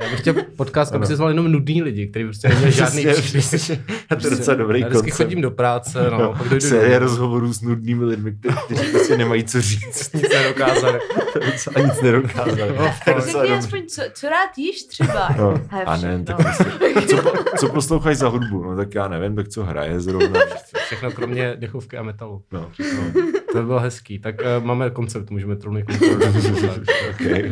Já bych chtěl podcast, aby se zval jenom nudný lidi, kteří prostě neměli žádný příběh. To je docela dobrý koncept. Vždycky chodím do práce, no. Série rozhovorů s nudnými lidmi, kteří prostě nemají co říct. Nic nedokázali. A nic nedokázali. Řekni aspoň, co rád jíš třeba. No. A ne, tak co posloucháš za hudbu? No tak já nevím, tak co hraje zrovna. Všechno kromě dechovky a metalu. No. To by bylo hezký. Tak máme koncept, můžeme to někomu Okay.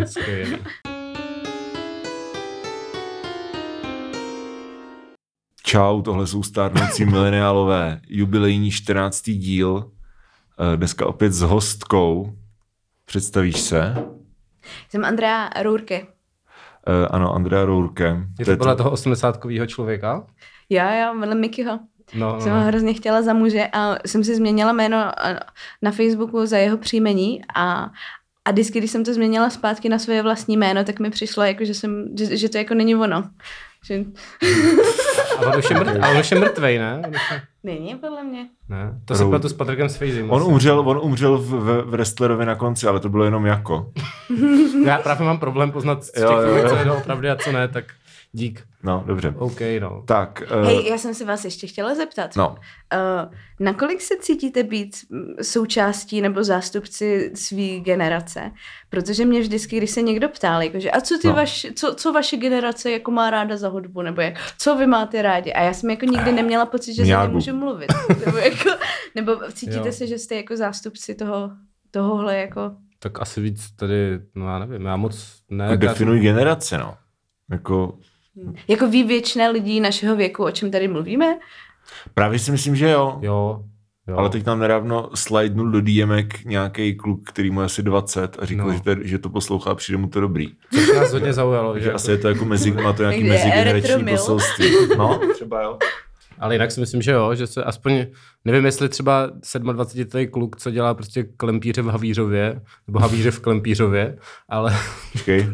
Čau, tohle jsou stárnoucí mileniálové, jubilejní 14. díl. Dneska opět s hostkou. Představíš se? Jsem Andrea Rourke. Ano, Andrea Rourke. Je to podle toho 80kovýho člověka? Já, vedle Mikyho. No. Jsem ho hrozně chtěla za muže a jsem si změnila jméno na Facebooku za jeho příjmení a vždycky, když jsem to změnila zpátky na svoje vlastní jméno, tak mi přišlo, jako, že to jako není ono. Že... A on už je mrtvej, ne? Není, podle mě. Ne, to se pletu s Patrikem Swayzem. On umřel v wrestlerovi na konci, ale to bylo jenom jako. Já právě mám problém poznat z těch, co je opravdu a co ne, tak dík. No, dobře. OK, no. Tak. Hej, já jsem se vás ještě chtěla zeptat. No. Nakolik se cítíte být součástí nebo zástupci svý generace? Protože mě vždycky, když se někdo ptál, jakože, a co vaše generace jako má ráda za hudbu, nebo co vy máte rádi? A já jsem jako nikdy neměla pocit, že za ně můžu mluvit. Nebo cítíte se, že jste jako zástupci tohohle jako... Tak asi víc tady, no já nevím, já moc ne. Definuj generace, no. Jako ví většina lidí našeho věku, o čem tady mluvíme? Právě si myslím, že jo. Jo. Ale teď nám nedávno slidnul do DMek nějaký kluk, který mu asi 20 a říkal, že to poslouchá a přijde mu to dobrý. Což nás hodně zaujalo. Že asi je to jako má to nějaký mezigenerační poselství. No, třeba jo. Ale jinak si myslím, že jo, že se aspoň, nevím, jestli třeba 27letý kluk, co dělá prostě klempíře v Havířově, nebo Havíře v Klempířově, ale... Okay.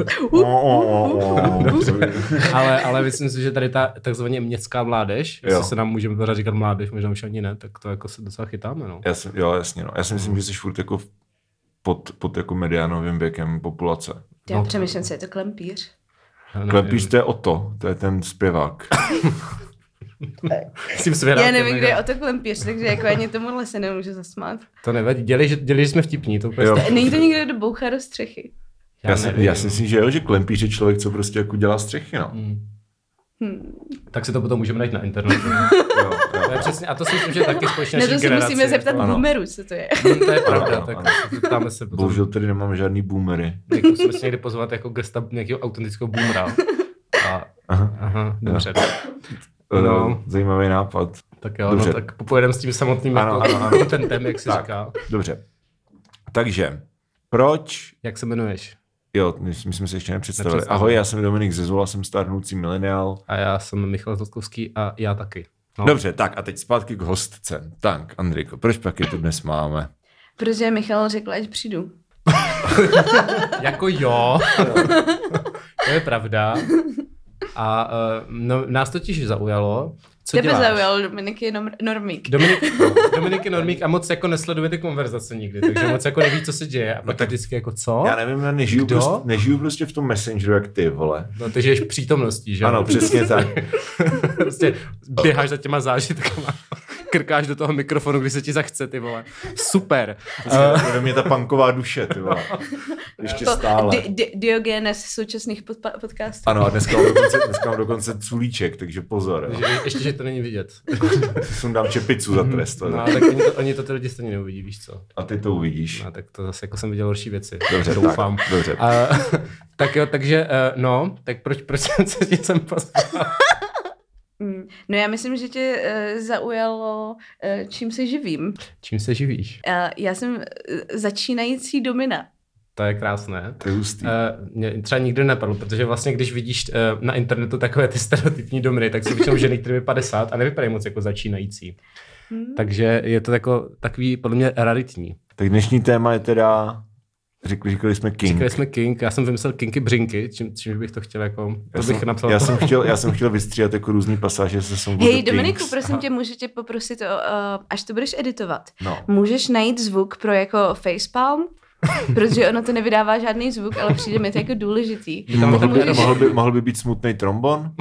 ale myslím si, že tady ta takzvaně městská mládež, jestli se nám můžeme pořád říkat mládež, možná už ani ne, tak to jako se docela chytáme, no. Jasně, no. Já si myslím, že jsi furt jako pod jako mediánovým věkem populace. Já přemýšlím, co je to klempíř. Klempíř to je Otto, to je ten zpěvák. Já nevím, kde je o to klempíř, takže jako ani tomuhle se nemůžu zasmát. To nevadí, dělej, že jsme vtipní. To není to nikdo, kdo bouchá do střechy. Já si myslím, že jo, že klempíř je člověk, co prostě jako dělá střechy, no. Tak si to potom můžeme najít na internetu. Jo. To je přesně, a to si myslím, že je taky společně naší generaci. To si musíme zeptat boomerů, co to je. To je pravda, tak zeptáme se potom. Bohužel tady nemáme žádný boomery. Musíme si někdy pozvat jako gesta nějakého autentického boomera. Aha, dobře. No. Zajímavý nápad. Tak jo, dobře. No, tak popojedeme s tím samotným contentem, jak se říká. Dobře. Takže, proč... Jak se jmenuješ? Jo, my jsme se ještě nepředstavili. Ahoj, já jsem Dominik Zezola, jsem stárnoucí mileniál. A já jsem Michal Zlatkovský a já taky. No. Dobře, tak a teď zpátky k hostce. Tak, Andrejko, proč pak je tu dnes máme? Protože Michal řekl, ať přijdu. Jako jo. To je pravda. A nás totiž zaujalo, co Tebe děláš. zaujalo, Dominik je normík. Dominik je normík a moc jako nesleduje ty konverzace nikdy, takže moc jako neví, co se děje. A pak tak vždycky jako co? Já nevím, já nežiju prostě v tom Messengeru jak ty, vole. No ty žiješ přítomností, že? Ano, přesně tak. Prostě běháš za těma zážitkama. Krkáš do toho mikrofonu, když se ti zachce, ty vole. Super. Ve mě ta punková duše, ty vole. Ještě stále. Diogenes současných podcastů. Ano, a dneska mám dokonce culíček, takže pozor. Ještě, že to není vidět. Si sundám čepicu za trest. No, tak oni to ty lidi stejně neuvidí, víš co. A ty to uvidíš. No, tak to zase jako jsem viděl horší věci. Dobře, doufám. Tak, dobře. Tak jo, takže tak proč se ti sem poslal? No já myslím, že tě zaujalo, čím se živím. Čím se živíš? Já jsem začínající domina. To je krásné. To je hustý. Mě třeba nikdy nepadlo, protože vlastně, když vidíš na internetu takové ty stereotypní dominy, tak jsou většinou ženy, které 50 a nevypadají moc jako začínající. Takže je to jako takový podle mě raritní. Tak dnešní téma je teda... Říkali jsme King. Říkali jsme King, já jsem vymyslel Kinky Brinky, čím bych to chtěl jako... Já jsem chtěl vystříhat jako různý pasáže se songu Hej, Dominiku, prosím tě, můžu tě poprosit, až to budeš editovat. No. Můžeš najít zvuk pro jako facepalm? protože ono to nevydává žádný zvuk, ale přijde mi to jako důležitý. Mohl by být smutný trombon?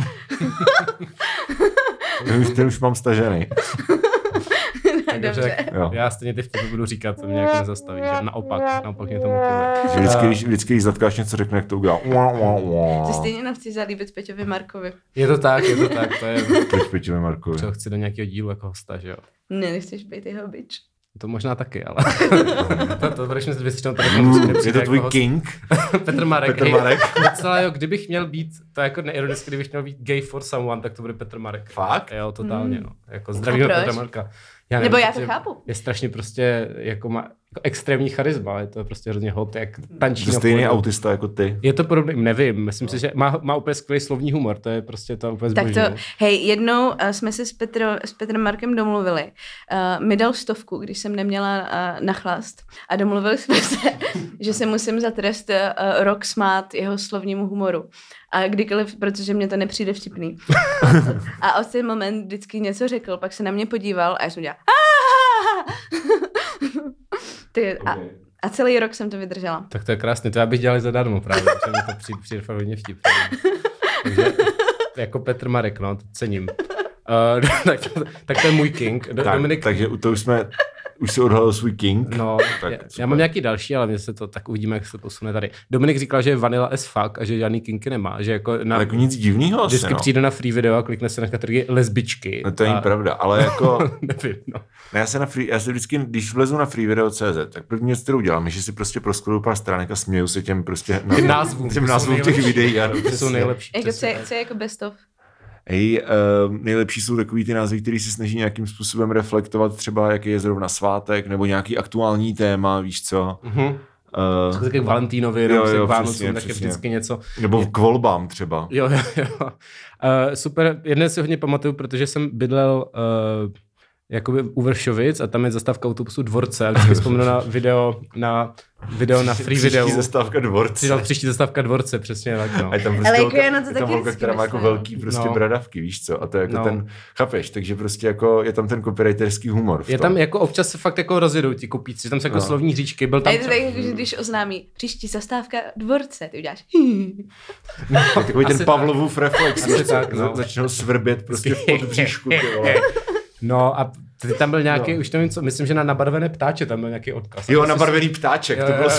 Ten už mám stažený. Dobře. Já stejně ty vtipy budu říkat, to mě jako nezastaví, že naopak mě to motivuje. Vždycky, když Zatkáš něco řekne, jak to udělá. Ty stejně nechci zalíbit Peťovi Markovi. Je to tak, to je... Proč Peťovi Markovi? Třeba chci do nějakého dílu jako hosta, že jo? Ne, nechceš být jeho bitch. To možná taky, ale to budeš myslet většinou tady. Je to tvůj jako king? Petr Marek. Docela jo, kdybych měl být, to jako neironicky, kdybych měl být gay for someone, tak to bude Petr Marek. Fakt? Jo, totálně, no. Jako zdravíme Petra Marka. Nebo já to chápu. Je strašně prostě, jako má jako extrémní charisma, je to prostě hrozně hot, jak tančí. To stejný autista jako ty. Je to podobný, nevím, myslím si, že má úplně skvělý slovní humor, to je prostě to úplně zboží. Tak to, hej, jednou jsme se s Petrem Markem domluvili, mi dal 100, když jsem neměla na chlast a domluvili jsme se, že se musím za trest rok smát jeho slovnímu humoru. A kdykoliv, protože mě to nepřijde vtipný. A od ten moment vždycky něco řekl, pak se na mě podíval a já jsem dělala a celý rok jsem to vydržela. Tak to je krásné, to já bych dělal zadarmo právě, protože mi to přijde fakt hodně vtipné. Takže jako Petr Marek, no, to cením. Tak to je můj king. Dominik... Takže to už si odhalil svůj king. No, já mám nějaký další, ale mě se to tak uvidíme, jak se to posune tady. Dominik říkal, že je vanilla as fuck a že žádný kinky nemá. Že jako ale jako nic divného asi, vždycky přijde na free video a klikne se na kategorii lesbičky. No to není pravda, ale jako... Nevím, no. Já se vždycky, když vlezu na freevideo.cz, tak první věc, kterou dělám, je, že si prostě proskluju pár stránek a směju se těm prostě... Těm názvům těch videí. Ano, ty jsou nejlepší. Jako co je jako best of? Nejlepší jsou takový ty názvy, který si snaží nějakým způsobem reflektovat třeba, jaký je zrovna svátek, nebo nějaký aktuální téma, víš co. Tak k Valentínovi, k Vánocům, tak je vždycky něco. Nebo k volbám třeba. Jo. Super, jedné si hodně pamatuju, protože jsem bydlel jakoby u Vršovic a tam je zastávka autobusu Dvorce a vždycky vzpomenu na video na free video. Příští zastávka Dvorce. Příští zastávka Dvorce, přesně tak, no. A je tam prostě holka, která má jako velký prostě bradavky, víš co? A to je jako ten, chápeš, takže prostě jako je tam ten copywriterský humor. Je tam jako občas se fakt jako rozjedou ti kopíci, tam se jako slovní říčky, byl tam. A je to tak, jako, že když oznámí příští zastávka Dvorce, ty uděláš. Je takový ten Pavlovův reflex, začnou svrbět prostě v podbříšku. No a tam byl nějaký, už nevím co, myslím, že na nabarvené ptáče tam byl nějaký odkaz. Jo, nabarvený ptáček, to bylo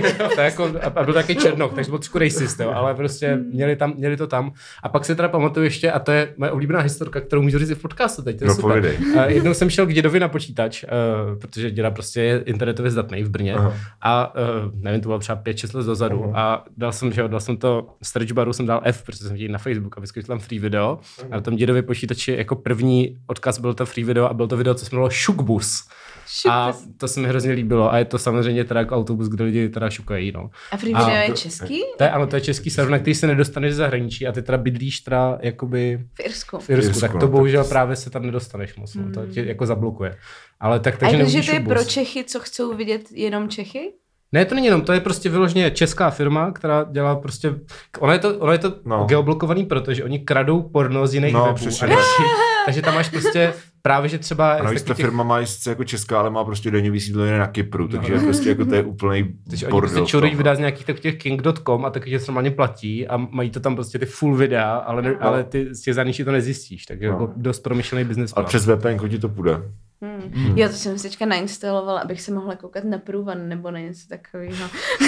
a byl taky černok, takže byl trošku racist, jo, ale prostě měli to tam. A pak si teda pamatuju ještě, a to je moje oblíbená historka, kterou můžu říct i v podcastu teď, to je super. Jednou jsem šel k dědovi na počítač, protože děda prostě je internetově zdatný v Brně. A nevím, to bylo třeba 5-6 let dozadu a dal jsem to search baru, jsem dal F, protože jsem chtěl na Facebook a vyskočil tam free video. A na tom dědově počítači jako první odkaz byl to free video a byl to video, co se jmenovalo Šukbus. A to se mi hrozně líbilo. A je to samozřejmě teda jako autobus, kde lidi teda šukají. No. A free video je český? To je český server, na který se nedostaneš z zahraničí a ty teda bydlíš teda jakoby v Irsku. Tak to bohužel právě se tam nedostaneš moc. No. To tě jako zablokuje. Ale takže jakože to je pro Čechy, co chcou vidět jenom Čechy? Ne, to není jenom, to je prostě vyloženě česká firma, která dělá prostě, ono je to geoblokovaný, protože oni kradou porno z jiných webů. Takže tam máš prostě právě, že třeba... Ano, ta firma má sice jako česká, ale má prostě denně vysídlené na Kypru, takže prostě jako to je úplnej bordel. Oni prostě čurují videa z nějakých těch king.com a takže se normálně platí a mají to tam prostě ty full videa, ale ty z těch zahraničí to nezjistíš, takže jako dost promyšlený business. A přes VPN ti to půjde. Jo, to jsem si teďka nainstalovala, abych se mohla koukat na průvan nebo na něco takového.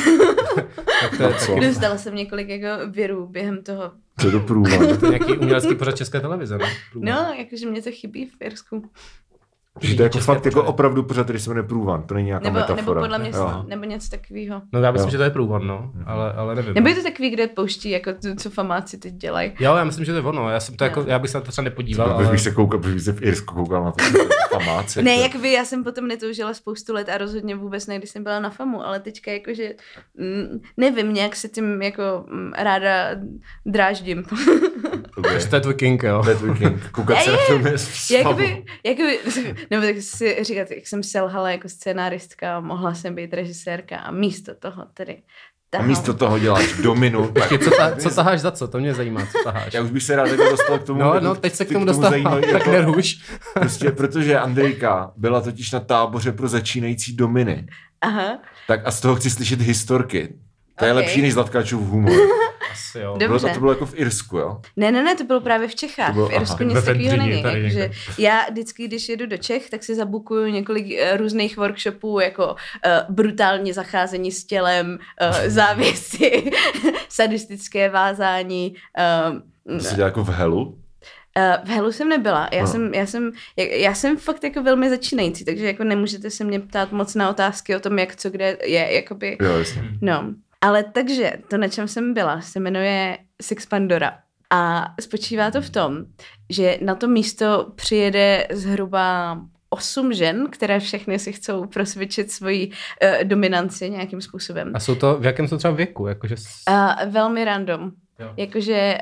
Dostala jsem několik jako věrů během toho. Co je to průvan? To je nějaký umělecký pořad České televize, ne? No, jakože mě to chybí v Irsku. Že to je jako fakt jako opravdu pořád, který se jmenuje průvan, to není nějaká metafora. Nebo podle mě, nebo něco takového. No já myslím, že to je průvan, no, ale nevím. Nebo je to takový, kde pouští, jako co famáci teď dělají. Jo, já myslím, že to je ono, já bych se na to třeba nepodíval, ale... Bych se v Irsku koukal na to famáci. Ne, jak vy, já jsem potom netoužila spoustu let a rozhodně vůbec ne, když jsem byla na FAMu, ale teďka jakože, nevím, nějak se tím jako ráda dráždím. Takže to je tvůj king, jo? To je tvůj king, koukat se na filmy s jakoby, nebo tak si říkat, jak jsem selhala jako scénáristka, mohla jsem být režisérka a místo toho tedy tahám. A místo toho děláš dominu. Co taháš za co? To mě zajímá, co taháš. Já už bych se rád jako dostal k tomu. No, teď se k tomu dostávám, tak nerůž. Prostě protože Andrejka byla totiž na táboře pro začínající dominy. Aha. Tak a z toho chci slyšet historky. To je lepší než Zlatkáčův humor. Asi jo. Dobře. To bylo jako v Irsku, jo? Ne, to bylo právě v Čechách. V Irsku nic takového není. Takže já vždycky, když jedu do Čech, tak si zabukuju několik různých workshopů, jako brutální zacházení s tělem, závěsy, sadistické vázání. To se dělá jako v Hellu? V Hellu jsem nebyla. Já jsem fakt jako velmi začínající, takže jako nemůžete se mě ptát moc na otázky o tom, jak co kde je, jakoby. Jo, jasně. No. Ale takže to, na čem jsem byla, se jmenuje Sex Pandora. A spočívá to v tom, že na to místo přijede zhruba 8 žen, které všechny si chcou prosvědčit svoji dominanci nějakým způsobem. A jsou to, v jakém jsou třeba věku? Jakože... Velmi random. Jo. Jakože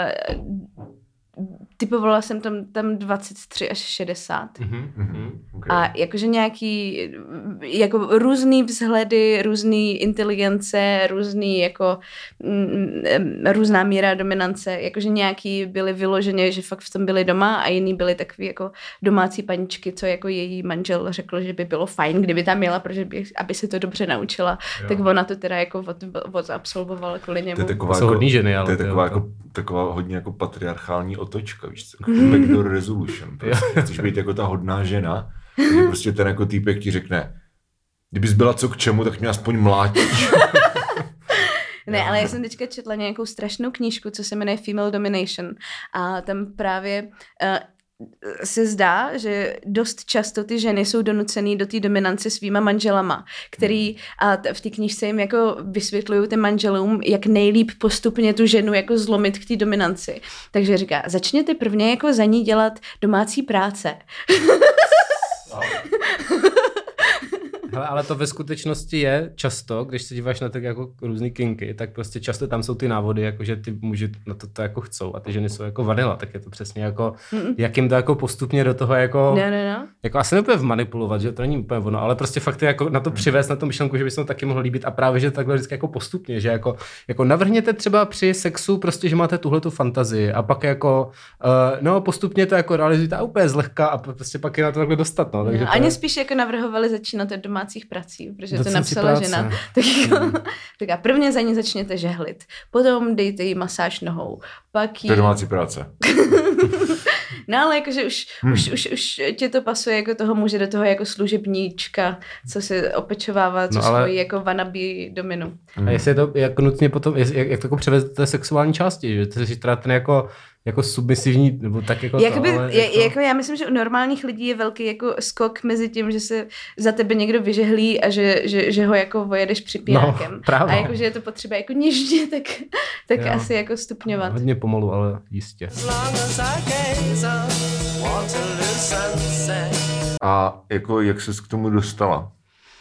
typovala jsem tam 23 až 60. Okay. A jakože nějaký, jako různý vzhledy, různý inteligence, různý jako různá míra dominance, jakože nějaký byli vyloženě, že fakt v tom byli doma a jiný byli takový jako domácí paničky, co jako její manžel řekl, že by bylo fajn, kdyby tam jela, protože aby se to dobře naučila, tak ona to teda jako odabsolvovala kvůli němu. To je taková, jsou hodný ženy, ale to je taková, jako, taková hodně jako patriarchální otočka, víš co? Backdoor resolution. Prostě. Chceš být jako ta hodná žena, takže prostě ten jako týpek ti řekne, kdybys byla co k čemu, tak mě aspoň mlátíš. Ne, ale já jsem teďka četla nějakou strašnou knížku, co se jmenuje Female Domination a tam právě se zdá, že dost často ty ženy jsou donucený do té dominance svýma manželama, který a v té knížce jim jako vysvětlují těm manželům, jak nejlíp postupně tu ženu jako zlomit k té dominanci. Takže říká, začněte prvně jako za ní dělat domácí práce. Hele, ale to ve skutečnosti je často, když se díváš na tak jako různý kinky, tak prostě často tam jsou ty návody, jako že ty muži na to jako chcou a ty ženy jsou jako vanila, tak je to přesně jako, jak jim to jako postupně do toho jako, jako asi nebude vmanipulovat, že to není úplně ono, ale prostě fakt je jako na to přivést na tu myšlenku, že by se to taky mohlo líbit a právě, že takhle vždycky jako postupně, že jako navrhněte třeba při sexu prostě, že máte tuhletu fantazii a pak jako, no postupně to jako realizujete a úplně zlehka a prostě pak je na to takhle dostat, no. Takže ani spíš jako navrhovali začínat domácích prací, protože to napsala žena. Tak a prvně za ní začněte žehlit, potom dejte jí masáž nohou, pak jí... To je domácí práce. No ale jakože už tě to pasuje jako toho muže do toho jako služebníčka, co se opečovává, co svojí jako wannabe dominu. A jestli je to jako nutně potom, jak to jako převést do té sexuální části, že to je teda ten jako submisivní, nebo tak jako jakoby, to, ale jako já myslím, že u normálních lidí je velký jako skok mezi tím, že se za tebe někdo vyžehlí a že ho jako vojedeš připínákem. No, právě. A jakože je to potřeba jako něžně, tak asi jako stupňovat. Hodně pomalu, ale jistě. A jako jak ses k tomu dostala?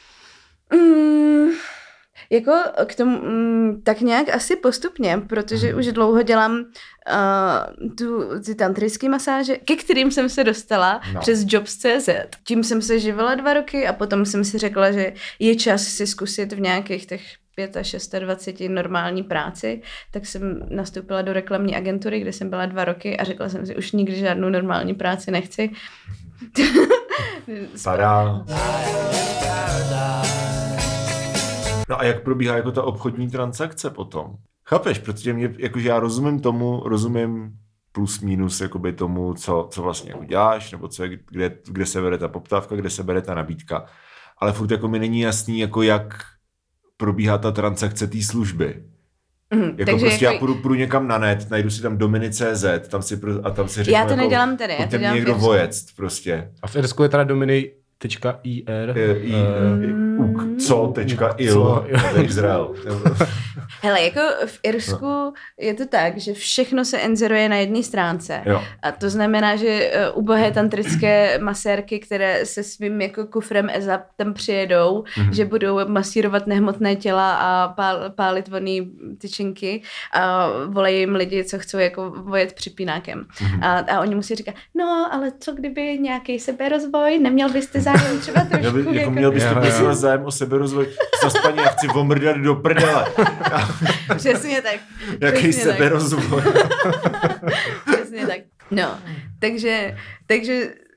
Jako k tomu tak nějak asi postupně, protože už dlouho dělám ty tantrické masáže, ke kterým jsem se dostala přes Jobs.cz. Tím jsem se živila 2 roky a potom jsem si řekla, že je čas si zkusit v nějakých těch 25 normální práci, tak jsem nastoupila do reklamní agentury, kde jsem byla 2 roky a řekla jsem si, už nikdy žádnou normální práci nechci. Padá. No a jak probíhá jako ta obchodní transakce potom? Chápeš, protože mě, jakože já rozumím plus minus jakoby tomu, co vlastně jako děláš, nebo co je, kde se bere ta poptávka, kde se bere ta nabídka. Ale furt jako mi není jasný, jako jak probíhá ta transakce té služby. Jako prostě jako... já půjdu někam na net, najdu si tam Dominy.cz, tam si řeknu, já to nedělám tady, já to dělám někdo voject prostě. A v Irsku je teda Dominy.ir co.il Izrael. Hele, jako v Irsku je to tak, že všechno se enzeruje na jedné stránce. Jo. A to znamená, že ubohé tantrické masérky, které se svým jako kufrem EZA tam přijedou, že budou masírovat nehmotné těla a pálit vonný tyčinky a volají jim lidi, co chcou jako vojet připínákem. A oni musí říkat, no, ale co kdyby nějaký seberozvoj, neměl byste zájem třeba trošku. Měl byste prosím zájem o seberozvoj. Zaspaní, já chci omrdat do prdele. Přesně tak. Jaký seberozvoj. Přesně tak. No, takže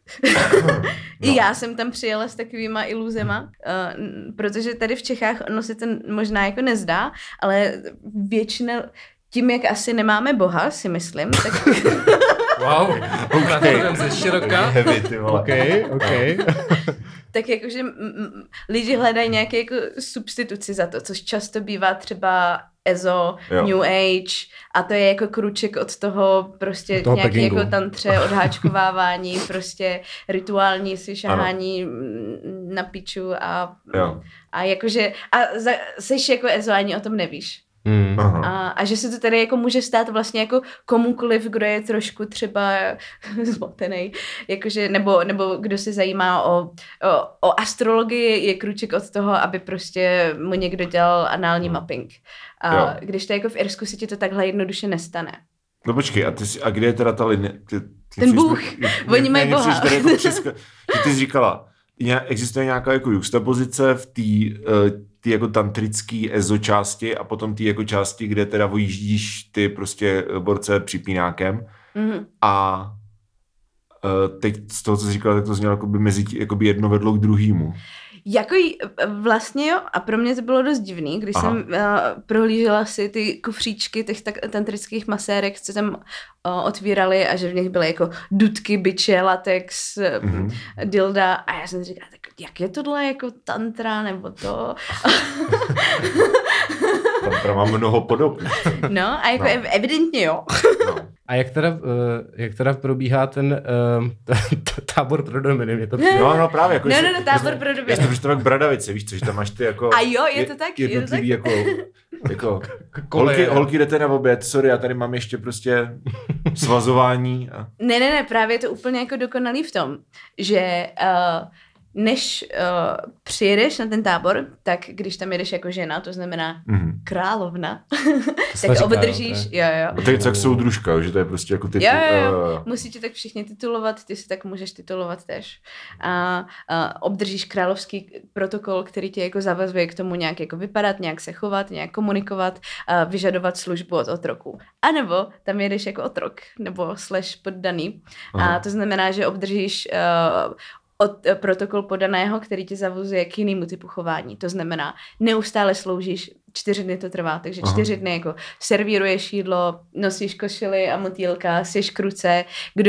I já jsem tam přijela s takovýma iluzema, protože tady v Čechách ono se to možná jako nezdá, ale většina, tím, jak asi nemáme Boha, si myslím, tak... Wow, okay. Ze široka. Heavy, ty vole. Okay. Tak jakože lidi hledají nějaké jako substituci za to, což často bývá třeba EZO, New Age, a to je jako kruček od toho prostě toho nějaké pekingu. jako tantře, odháčkovávání, prostě rituální si šahání na piču a jakože, seš jako EZO, ani o tom nevíš. A že se to tady jako může stát vlastně jako komukoliv, kdo je trošku třeba zmatený, jakože, nebo kdo se zajímá o astrologii, je kruček od toho, aby prostě mu někdo dělal anální mapping. A když to jako v Irsku si ti to takhle jednoduše nestane. No počkej, a kde je teda ta linie? Ten Bůh, oni mají Boha. Ty jsi říkala, existuje nějaká jako juxtapozice v té jako tantrický EZO části a potom ty jako části, kde teda vojíždíš ty prostě borce připínákem. A teď z toho, co jsi říkala, tak to znělo jakoby jedno vedlo k druhému. Jako vlastně jo, a pro mě to bylo dost divný, když jsem prohlížela si ty kufříčky těch tantrických masérek, co tam otvírali a že v nich byly jako dudky, biče, latex, dilda a já jsem si říkala, tak jak je tohle jako tantra nebo to? Tantra má mnoho podob. No a jako evidentně jo. A jak teda probíhá ten tábor pro domeny? Mě to no právě. Jako tábor pro domeny. Já jsem představil k Bradavici, víš co, že tam máš ty jako... A jo, je to tak. Jednotlivý jako holky jdete na oběd, sorry, já tady mám ještě prostě svazování. Ne, právě je to úplně jako dokonalý v tom, že... než přijedeš na ten tábor, tak když tam jedeš jako žena, to znamená královna, tak obdržíš, jo. A to je jak soudružka, že to je prostě jako titul. Jo. Musí tě tak všichni titulovat, ty si tak můžeš titulovat tež. A obdržíš královský protokol, který tě jako zavazuje k tomu nějak jako vypadat, nějak se chovat, nějak komunikovat, vyžadovat službu od otroků. A nebo tam jedeš jako otrok, nebo / poddaný. A to znamená, že obdržíš protokol podaného, který tě zavazuje k jinému typu chování. To znamená, neustále sloužíš, 4 dny to trvá, takže 4 dny jako servíruješ jídlo, nosíš košily a motýlka, seš kruce,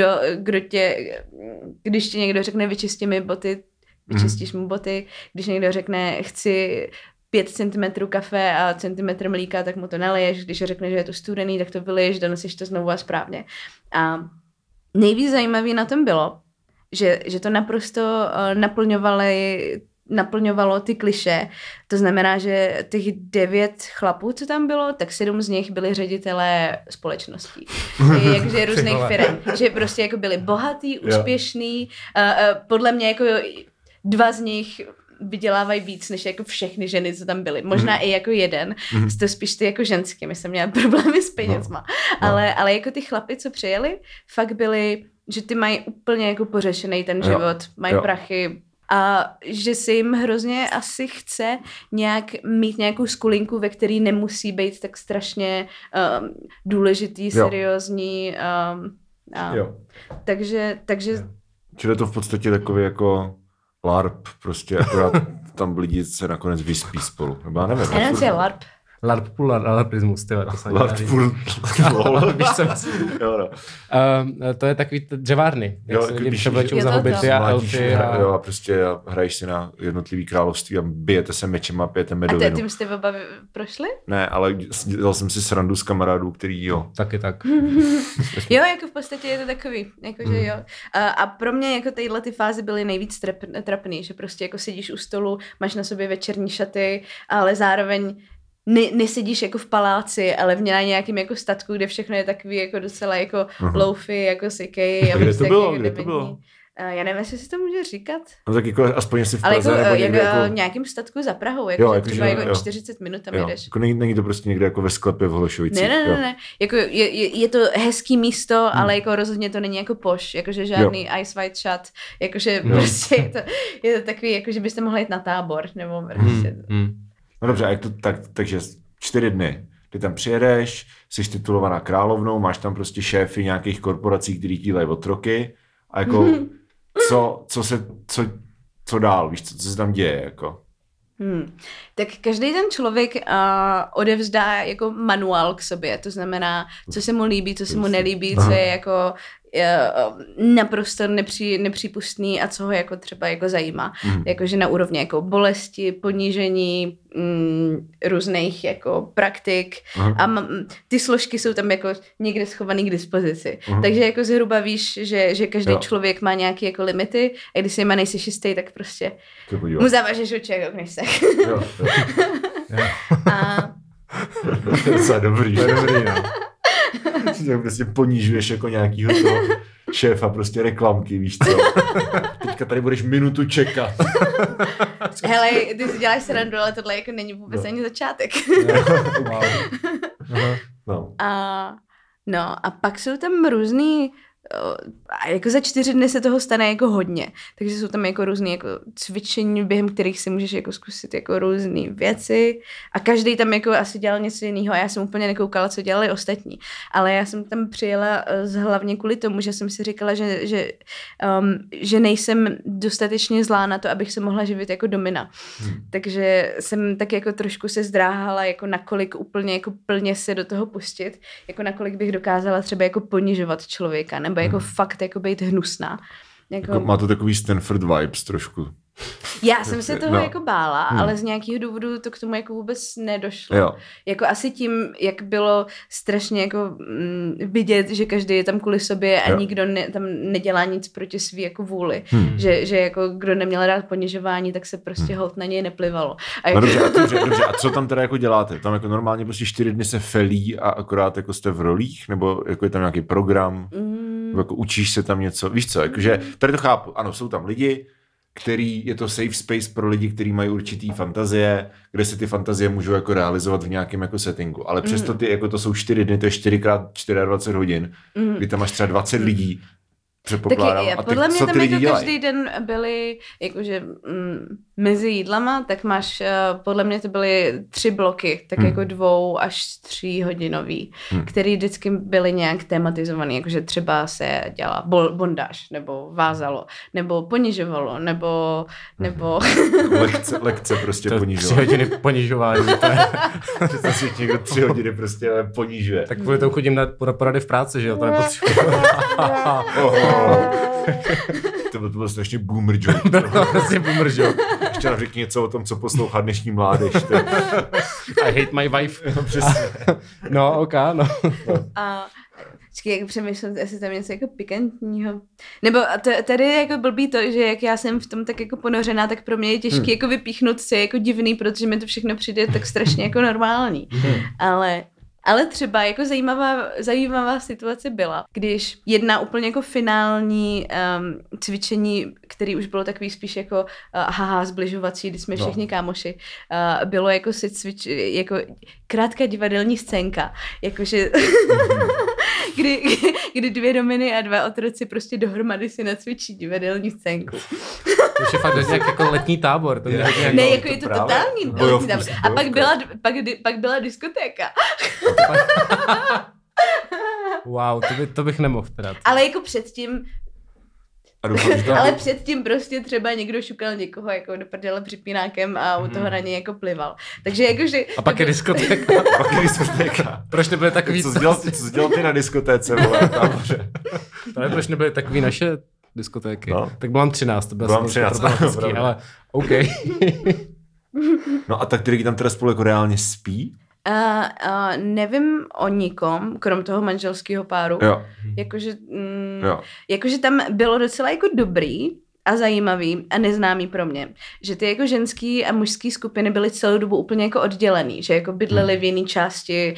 když ti někdo řekne vyčistí mi boty, vyčistíš mu boty, když někdo řekne chci 5 cm kafe a centimetr mlíka, tak mu to naleješ, když řekne, že je to studený, tak to vyleješ, donosíš to znovu a správně. A nejvíc zajímavý na tom bylo, že to naprosto naplňovalo ty klišé. To znamená, že těch 9 chlapů, co tam bylo, tak 7 z nich byli ředitelé společností. Jakže různých firem. Že prostě jako byli bohatý, úspěšný. Podle mě jako 2 z nich vydělávají víc, než jako všechny ženy, co tam byly. Možná i jako jeden. To spíš ty jako ženský. My jsem měla problémy s penězma. Ale jako ty chlapy, co přijeli, fakt byli, že ty mají úplně jako pořešený ten život, mají prachy a že si jim hrozně asi chce mít nějakou skulinku, ve který nemusí být tak strašně důležitý, seriózní. Takže... Čili to v podstatě takový jako LARP, prostě akorát tam lidi se nakonec vyspí spolu. Nebo já nevím. Já nevím, LARP. LARPismus, tyhle. To je takový dřevárny. Jak se lidi převlečou za hobity a elfy. A prostě hraješ si na jednotlivý království a bijete se mečem a pijete medovinu. A tím jste oba prošli? Ne, ale dělal jsem si srandu s kamarádů, který Taky tak. Jo, jako v podstatě je to takový. Jakože jo. A pro mě jako tyhle ty fáze byly nejvíc trapný, že prostě jako sedíš u stolu, máš na sobě večerní šaty, ale zároveň nesedíš jako v paláci, ale v nějakým jako statku, kde všechno je takový jako docela jako loufy, jako sikej. A kde to bylo? Já nevím, jestli si to může říkat. No tak jako aspoň si v Praze Praze nebo někde jako... nějakým statku za Prahou, jako třeba jako 40 minut tam jedeš. Jako není to prostě někde jako ve sklepě v Holešovicích. Ne. Jako je to hezký místo, ale jako rozhodně to není jako poš, jakože žádný Ice White Shut, jakože prostě je to takový, jakože byste mohli jít na tábor, nebo prostě. No dobře, a jak to, takže 4 dny. Ty tam přijedeš, jsi titulovaná královnou, máš tam prostě šéfy nějakých korporací, který ti dělají otroky a jako co dál, víš, co se tam děje, jako. Tak každý ten člověk odevzdá jako manuál k sobě, to znamená, co se mu líbí, co se mu nelíbí, co je jako naprosto nepřípustný a co ho jako třeba jako zajímá. Jakože na úrovni jako bolesti, ponížení, různých jako praktik a ty složky jsou tam jako někde schovaný k dispozici. Takže jako zhruba víš, že každý člověk má nějaké jako limity a když si jima nejsi jistý, tak prostě mu zavážeš oči a koukneš se. To je docela dobrý. Prostě ponížuješ jako nějakýho toho šéfa prostě reklamky, víš co. Teďka tady budeš minutu čekat. Hele, ty si děláš srandu, ale tohle jako není vůbec ani začátek. No a pak jsou tam různý, jako za 4 dny se toho stane jako hodně, takže jsou tam jako různý jako cvičení, během kterých si můžeš jako zkusit jako různý věci a každý tam jako asi dělal něco jiného a já jsem úplně nekoukala, co dělali ostatní, ale já jsem tam přijela hlavně kvůli tomu, že jsem si říkala, že nejsem dostatečně zlá na to, abych se mohla živit jako domina. Takže jsem tak jako trošku se zdráhala, jako nakolik úplně jako plně se do toho pustit, jako nakolik bych dokázala třeba jako ponižovat člověka, nebo jako fakt jako být hnusná. Jako má to takový Stanford vibes trošku. Já jsem se toho jako bála, ale z nějakého důvodu to k tomu jako vůbec nedošlo. Jo. Jako asi tím, jak bylo strašně jako vidět, že každý je tam kvůli sobě a nikdo tam nedělá nic proti svý jako vůli. Že jako kdo neměl rád ponižování, tak se prostě holt na něj neplivalo. A jako... dobře, a co tam teda jako děláte? Tam jako normálně prostě 4 dny se felí a akorát jako jste v rolích? Nebo jako je tam nějaký program? Nebo jako učíš se tam něco? Víš co, jakože tady to chápu. Ano, jsou tam lidi, který je to safe space pro lidi, kteří mají určitý fantazie, kde se ty fantazie můžou jako realizovat v nějakém jako settingu. Ale přesto ty, jako to jsou 4 dny, to je 4x24 hodin, kdy tam máš třeba 20 lidí, předpokládám. Taky, podle mě tam jako každý den byly, jakože mezi jídlama, tak máš, podle mě to byly 3 bloky, tak jako 2 až 3 hodinový, který vždycky byly nějak tematizovaný, jakože třeba se dělala bondáž, nebo vázalo, nebo ponižovalo, nebo... lekce prostě to ponižovalo. 3 hodiny ponižování. Představ si, někdo 3 hodiny prostě ponížuje. Tak kvůli tomu chodím na porady v práci, že jo, to nepotřebuji. To byl strašně boomer joke. Vlastně boomer joke. Ještě nám řekni něco o tom, co poslouchá dnešní mládež. I hate my wife. No, přesně. No, ok, no. Počkej, jak přemýšlím, jestli tam něco jako pikantního. Nebo tady je jako blbý to, že jak já jsem v tom tak jako ponořená, tak pro mě je těžké jako vypíchnout si jako divný, protože mi to všechno přijde tak strašně jako normální. Ale třeba jako zajímavá situace byla, když jedna úplně jako finální cvičení, který už bylo takový spíš jako zbližovací, kdy jsme všichni kámoši, bylo jako jako krátká divadelní scénka, jakože kdy 2 dominy a 2 otroci prostě dohromady si nacvičí divadelní scénku. To je fakt nějak jako letní tábor. To ne, jako je to totální letní tábor. A pak byla diskotéka. Wow, to bych nemohl teda. Ale jako předtím... Ale předtím prostě třeba někdo šukal někoho jako do prdele připínákem a u toho na něj jako plival. Takže jakože... A pak je diskotéka. Proč nebyly takový... Co jsi dělal ty na diskotéce, vole, táboře? Proč nebyly takový naše diskotéky? No. Tak byla 13, to bylo 13, ale OK. No a tak ty lidi tam teda spolu jako reálně spí? Nevím o nikom, krom toho manželského páru. Jo. Jakože tam bylo docela jako dobrý a zajímavý a neznámý pro mě, že ty jako ženský a mužský skupiny byly celou dobu úplně jako oddělený, že jako bydleli v jiné části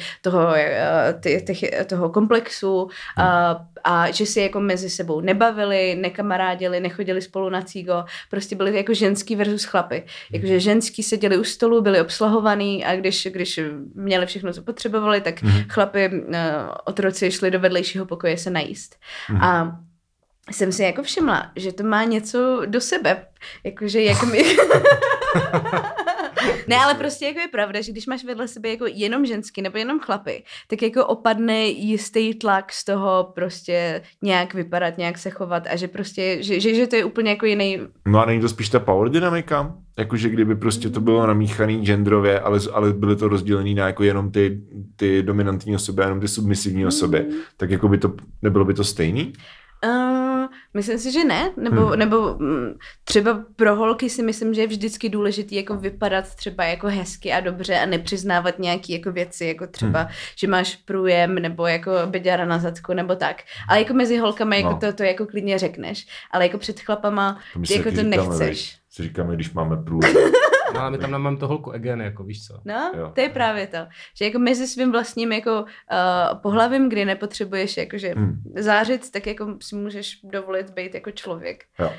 toho komplexu a že si jako mezi sebou nebavili, nekamarádili, nechodili spolu na cígo, prostě byli jako ženský versus chlapy. Jakože ženský seděli u stolu, byli obsluhovaný a když měli všechno, co potřebovali, tak chlapi, otroci šli do vedlejšího pokoje se najíst. A jsem si jako všimla, že to má něco do sebe. Jakože jak mi... Ne, ale prostě jako je pravda, že když máš vedle sebe jako jenom ženský nebo jenom chlapy, tak jako opadne jistý tlak z toho prostě nějak vypadat, nějak se chovat a že prostě, že to je úplně jako jiný. No a není to spíš ta power dynamika? Jakože kdyby prostě to bylo namíchaný genderově, ale byly to rozdělený na jako jenom ty dominantní osoby a jenom ty submisivní osoby, tak jako nebylo by to stejný? Myslím si, že ne, nebo třeba pro holky si myslím, že je vždycky důležitý jako vypadat třeba jako hezky a dobře a nepřiznávat nějaký jako věci, jako třeba, že máš průjem nebo jako beďara na zadku nebo tak. Ale jako mezi holkama jako to jako klidně řekneš, ale jako před chlapama jako to nechceš. Si říkáme, když máme průjem. No ale my tam máme to holku again, jako víš co. No, jo. To je právě to. Že jako mezi svým vlastním jako pohlavím, kdy nepotřebuješ jakože zářit, tak jako si můžeš dovolit být jako člověk. Jo.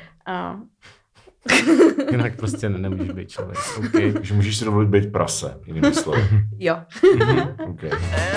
Jinak prostě nemůžeš být člověk. Okay. Takže můžeš si dovolit být prase, jinými slovy. Jo. Okay.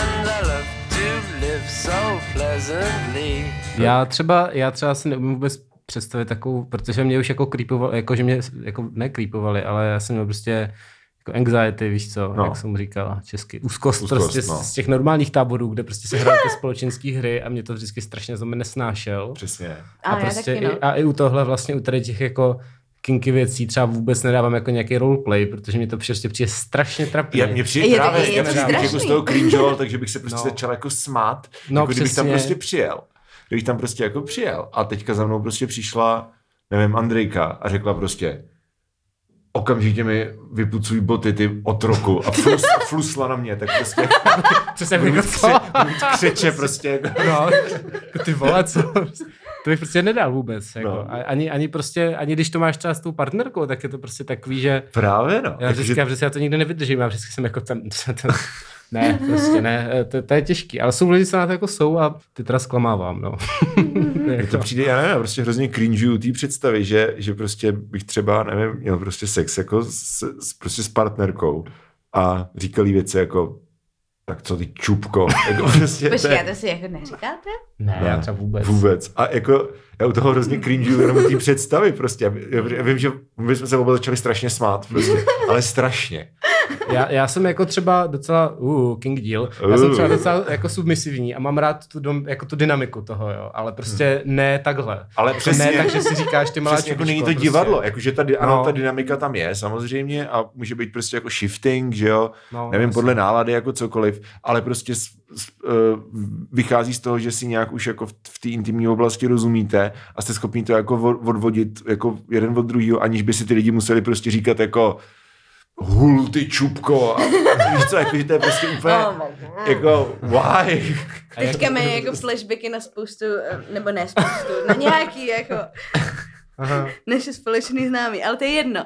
Já třeba si neumím vůbec představit takovou, protože mě už jako creepovali, jako že mě jako necreepovali, ale já jsem měl prostě jako anxiety, víš co, jak jsem mu říkal česky, úzkost prostě z těch normálních táborů, kde prostě se hrají ty společenské hry a mě to vždycky strašně za mě nesnášel. Přesně. A prostě i u tohle vlastně, u tady těch jako kinky věcí třeba vůbec nedávám jako nějaký roleplay, protože mě to prostě přijde strašně trapně. Mně přijde právě, já bych jako z toho cringeoval, takže bych se prostě začal jako smát, jako kdybych tam prostě přijel. Kdybych tam prostě jako přijel a teďka za mnou prostě přišla, nevím, Andrejka a řekla prostě okamžitě mi vypucuj boty, ty otroku a flusla na mě, tak prostě co jsem jako co? Křeče prostě. No, ty vole, co? To bych prostě nedal vůbec. Jako. No. Ani když to máš třeba s tou partnerkou, tak je to prostě takový, že... Právě no. Já říkám, že já to nikdy nevydržím, já vždycky jsem jako ne, prostě ne, to je těžký, ale jsou lidi, co na to jako jsou a ty teda zklamávám, no. To přijde, já nevím, prostě hrozně cringeuju té představy, že prostě bych třeba, nevím, měl prostě sex jako prostě s partnerkou a říkali věci jako tak co ty čupko. Jako prostě, počkej, to si jako neříkáte? Ne, já třeba vůbec. Vůbec. A jako já u toho hrozně cringeuju jenom té představy prostě. Já vím, že my jsme se oba začali strašně smát prostě, ale strašně. Já jsem jako třeba docela, king deal, já jsem třeba docela jako submisivní a mám rád jako tu dynamiku toho, jo, ale prostě ne takhle. Ale přesně. Ne tak, že si říkáš ty malá čupičko. Jako není to prostě divadlo, jakože ta dynamika tam je samozřejmě a může být prostě jako shifting, že jo, nevím, podle nálady jako cokoliv, ale prostě vychází z toho, že si nějak už jako v té intimní oblasti rozumíte a jste schopni to jako odvodit jako jeden od druhého, aniž by si ty lidi museli prostě říkat jako hul ty čupko a víš co, jako, že to je prostě úplně jako why? Teďka mají jako flashbacky na spoustu, nebo ne spoustu, na nějaký jako naše společný známí, ale to je jedno.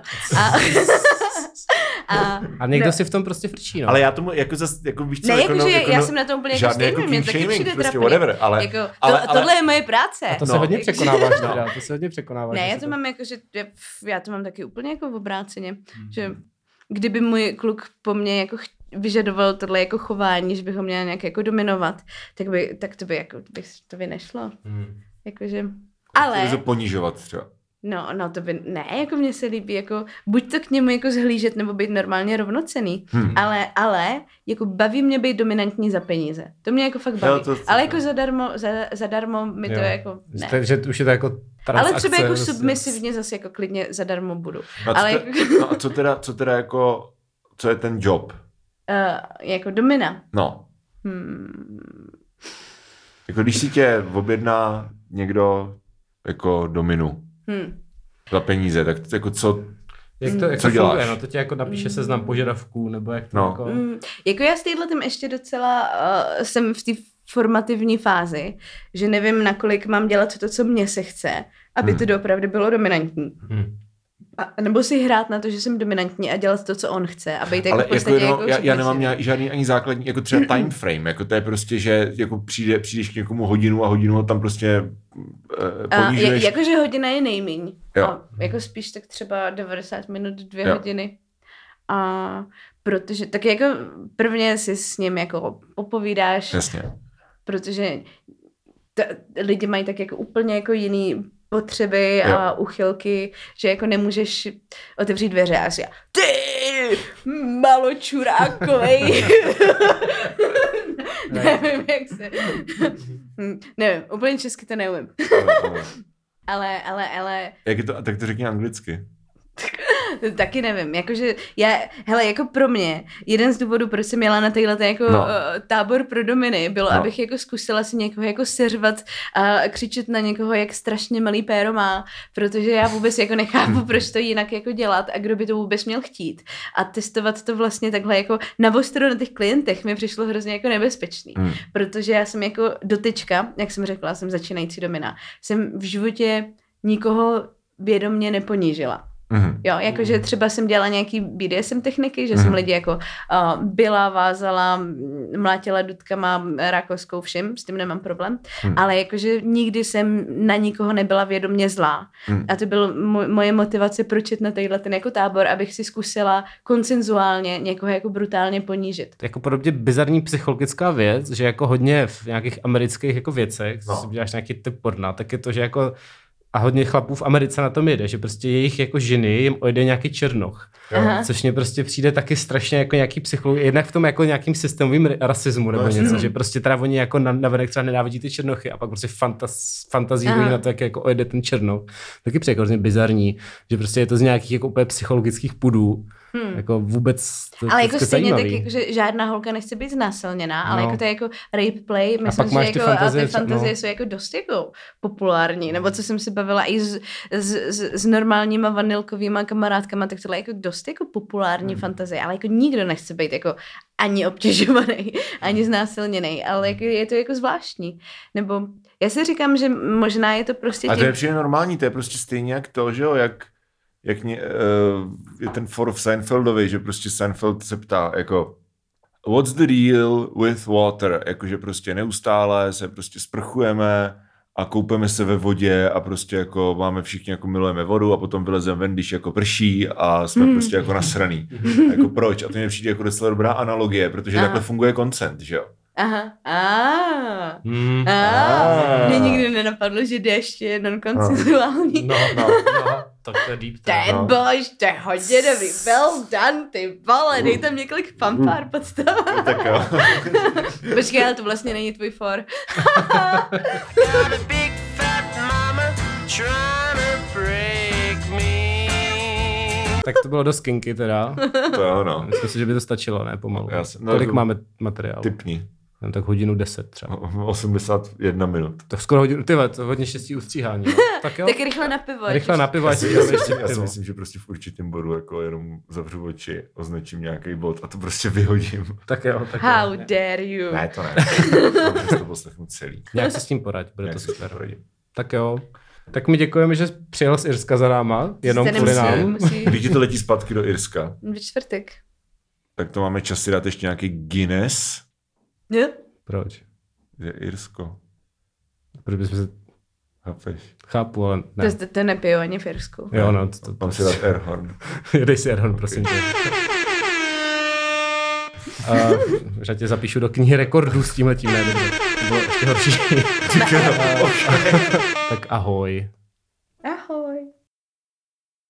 A někdo si v tom prostě frčí, no. Ale já tomu jako zase, jako víš co, ne, já jsem na tom úplně jako stejný, mě taky přijde prostě whatever, ale tohle je moje práce. A to se hodně překonáváš, to se hodně překonáváš. Ne, já to mám jako, že já to mám taky úplně jako v obráceně, že kdyby můj kluk po mně jako vyžadoval tohle jako chování, že bych ho měla nějak jako dominovat, tak to by nešlo. Jakože, ale... To ponižovat třeba. No, to by, ne, jako mně se líbí, jako, buď to k němu jako zhlížet, nebo být normálně rovnocenný, ale, jako baví mě být dominantní za peníze. To mě jako fakt baví. Ale jako zadarmo mi to jako, ne. Takže už je to jako transakce. Ale třeba jako submisivně zase jako klidně zadarmo budu. A co teda jako, co je ten job? Jako domina. No. Jako když si tě objedná někdo jako dominu za peníze, tak jako co děláš? No to tě jako napíše seznam požadavků, nebo jak to jako... Jako já s tím ještě docela jsem v té formativní fázi, že nevím, nakolik mám dělat to, co mně se chce, aby to doopravdy bylo dominantní. A nebo si hrát na to, že jsem dominantní a dělat to, co on chce. A být jako v podstatě já nemám žádný ani základní, jako třeba time frame, jako to je prostě, že jako přijdeš k někomu hodinu a hodinu tam prostě ponížuješ. Jakože hodina je nejmíň. A jako spíš tak třeba 90 minut, 2 hodiny. A protože tak jako prvně si s ním jako popovídáš. Jasně. Protože lidi mají tak jako úplně jako jiný potřeby a uchylky, že jako nemůžeš otevřít dveře a si ty ty maločurákovej. Nevím, jak se... Nevím, úplně česky to neumím. Ale... Jak je to, tak to řekni anglicky. Taky nevím, jakože jako pro mě, jeden z důvodů, proč jsem jela na tenhle jako tábor pro dominy, bylo, abych jako zkusila si někoho jako seřvat a křičet na někoho, jak strašně malý péro má, protože já vůbec jako nechápu, proč to jinak jako dělat a kdo by to vůbec měl chtít. A testovat to vlastně takhle jako navostro na těch klientech mi přišlo hrozně jako nebezpečný, protože já jsem jako doteďka, jak jsem řekla, jsem začínající domina, jsem v životě nikoho vědomě neponížila. Jo, jakože třeba jsem dělala nějaký BDSM techniky, že jsem lidi jako byla, vázala, mlátila dudkama, rákoskou, všim, s tím nemám problém, ale jakože nikdy jsem na nikoho nebyla vědomě zlá. A to byl moje motivace, proč jet na tenhle ten jako tábor, abych si zkusila konsenzuálně někoho jako brutálně ponížit. Jako podobně bizarní psychologická věc, že jako hodně v nějakých amerických jako věcech, si děláš nějaký typ porna, tak je to, že jako a hodně chlapů v Americe na tom jede, že prostě jejich jako ženy jim ojde nějaký černoch. Což mně prostě přijde taky strašně jako nějaký psycholog, jednak v tom jako nějakým systémovým rasismu nebo něco, že prostě teda oni jako navenek třeba nenávidí ty černochy a pak prostě fantazírují na to, jak jako ojde ten černoch. Taky přijde hrozně bizarní, že prostě je to z nějakých jako úplně psychologických pudů. Jako vůbec to, ale jako stejně zajímavý. tak, jako, že žádná holka nechce být znásilněná, ale jako to je jako rape play, myslím, že ty jako, fantazie, a ty fantazie jsou jako dost jako populární, nebo co jsem si bavila i s normálníma vanilkovýma kamarádkama, tak tohle je jako dost jako populární fantazie, ale jako nikdo nechce být jako ani obtěžovaný, ani znásilněný, ale jako je to jako zvláštní. Nebo já si říkám, že možná je to prostě... A to je přijde normální, to je prostě stejně jak to, že jo, jak je ten for v Seinfeldovi, že prostě Seinfeld se ptá, jako what's the deal with water, jakože prostě neustále se prostě sprchujeme a koupeme se ve vodě a prostě jako máme všichni jako milujeme vodu a potom vylezeme ven, když jako prší a jsme prostě jako nasraný. Jako proč? A to mi přijde jako docela dobrá analogie, protože takhle funguje consent, že jo? Mě nikdy nenapadlo, že déšť je non-konsenzuální. No, tak to je deep. Boys, to je hodně dobrý, well done, ty vole, dej tam několik fanfár pod to. Tak jo. Počkej, ale to vlastně není tvůj for. Tak to bylo dost kinky teda. To jo, no. Myslím si, že by to stačilo, ne pomalu. No, kolik máme materiálu? Typni. Tak 1:10 třeba. 81 minut. Tak skoro hodinu, tyhle, to hodně štěstí ustříhání. No. Tak jo. Tak rychle na pivo. Rychle na pivo, Já si myslím, že prostě v určitém bodu jako jenom zavřu oči, označím nějaký bod a to prostě vyhodím. Tak jo. How dare you. Ne, to ne. Mám to poslechnu celý. Nějak se s tím poraď, bude to super. Tak jo. Tak mi děkujeme, že jsi přijel z Irska za náma, jenom kvůli nám. Když ti to letí zpátky do Irska? Ve čtvrtek. Tak to máme čas si dát ještě nějaký Guinness. Jo? Proč? Je Irsko. Proč bychom se... Chápeš? Chápu, ale ne. To nepiju ani v Irsku. Jo, no. Mám si dát Airhorn. Dej si Airhorn, prosím tě. Že tě zapíšu do knihy rekordů s tímhletím, ne? To bylo ještě horší. Tak ahoj.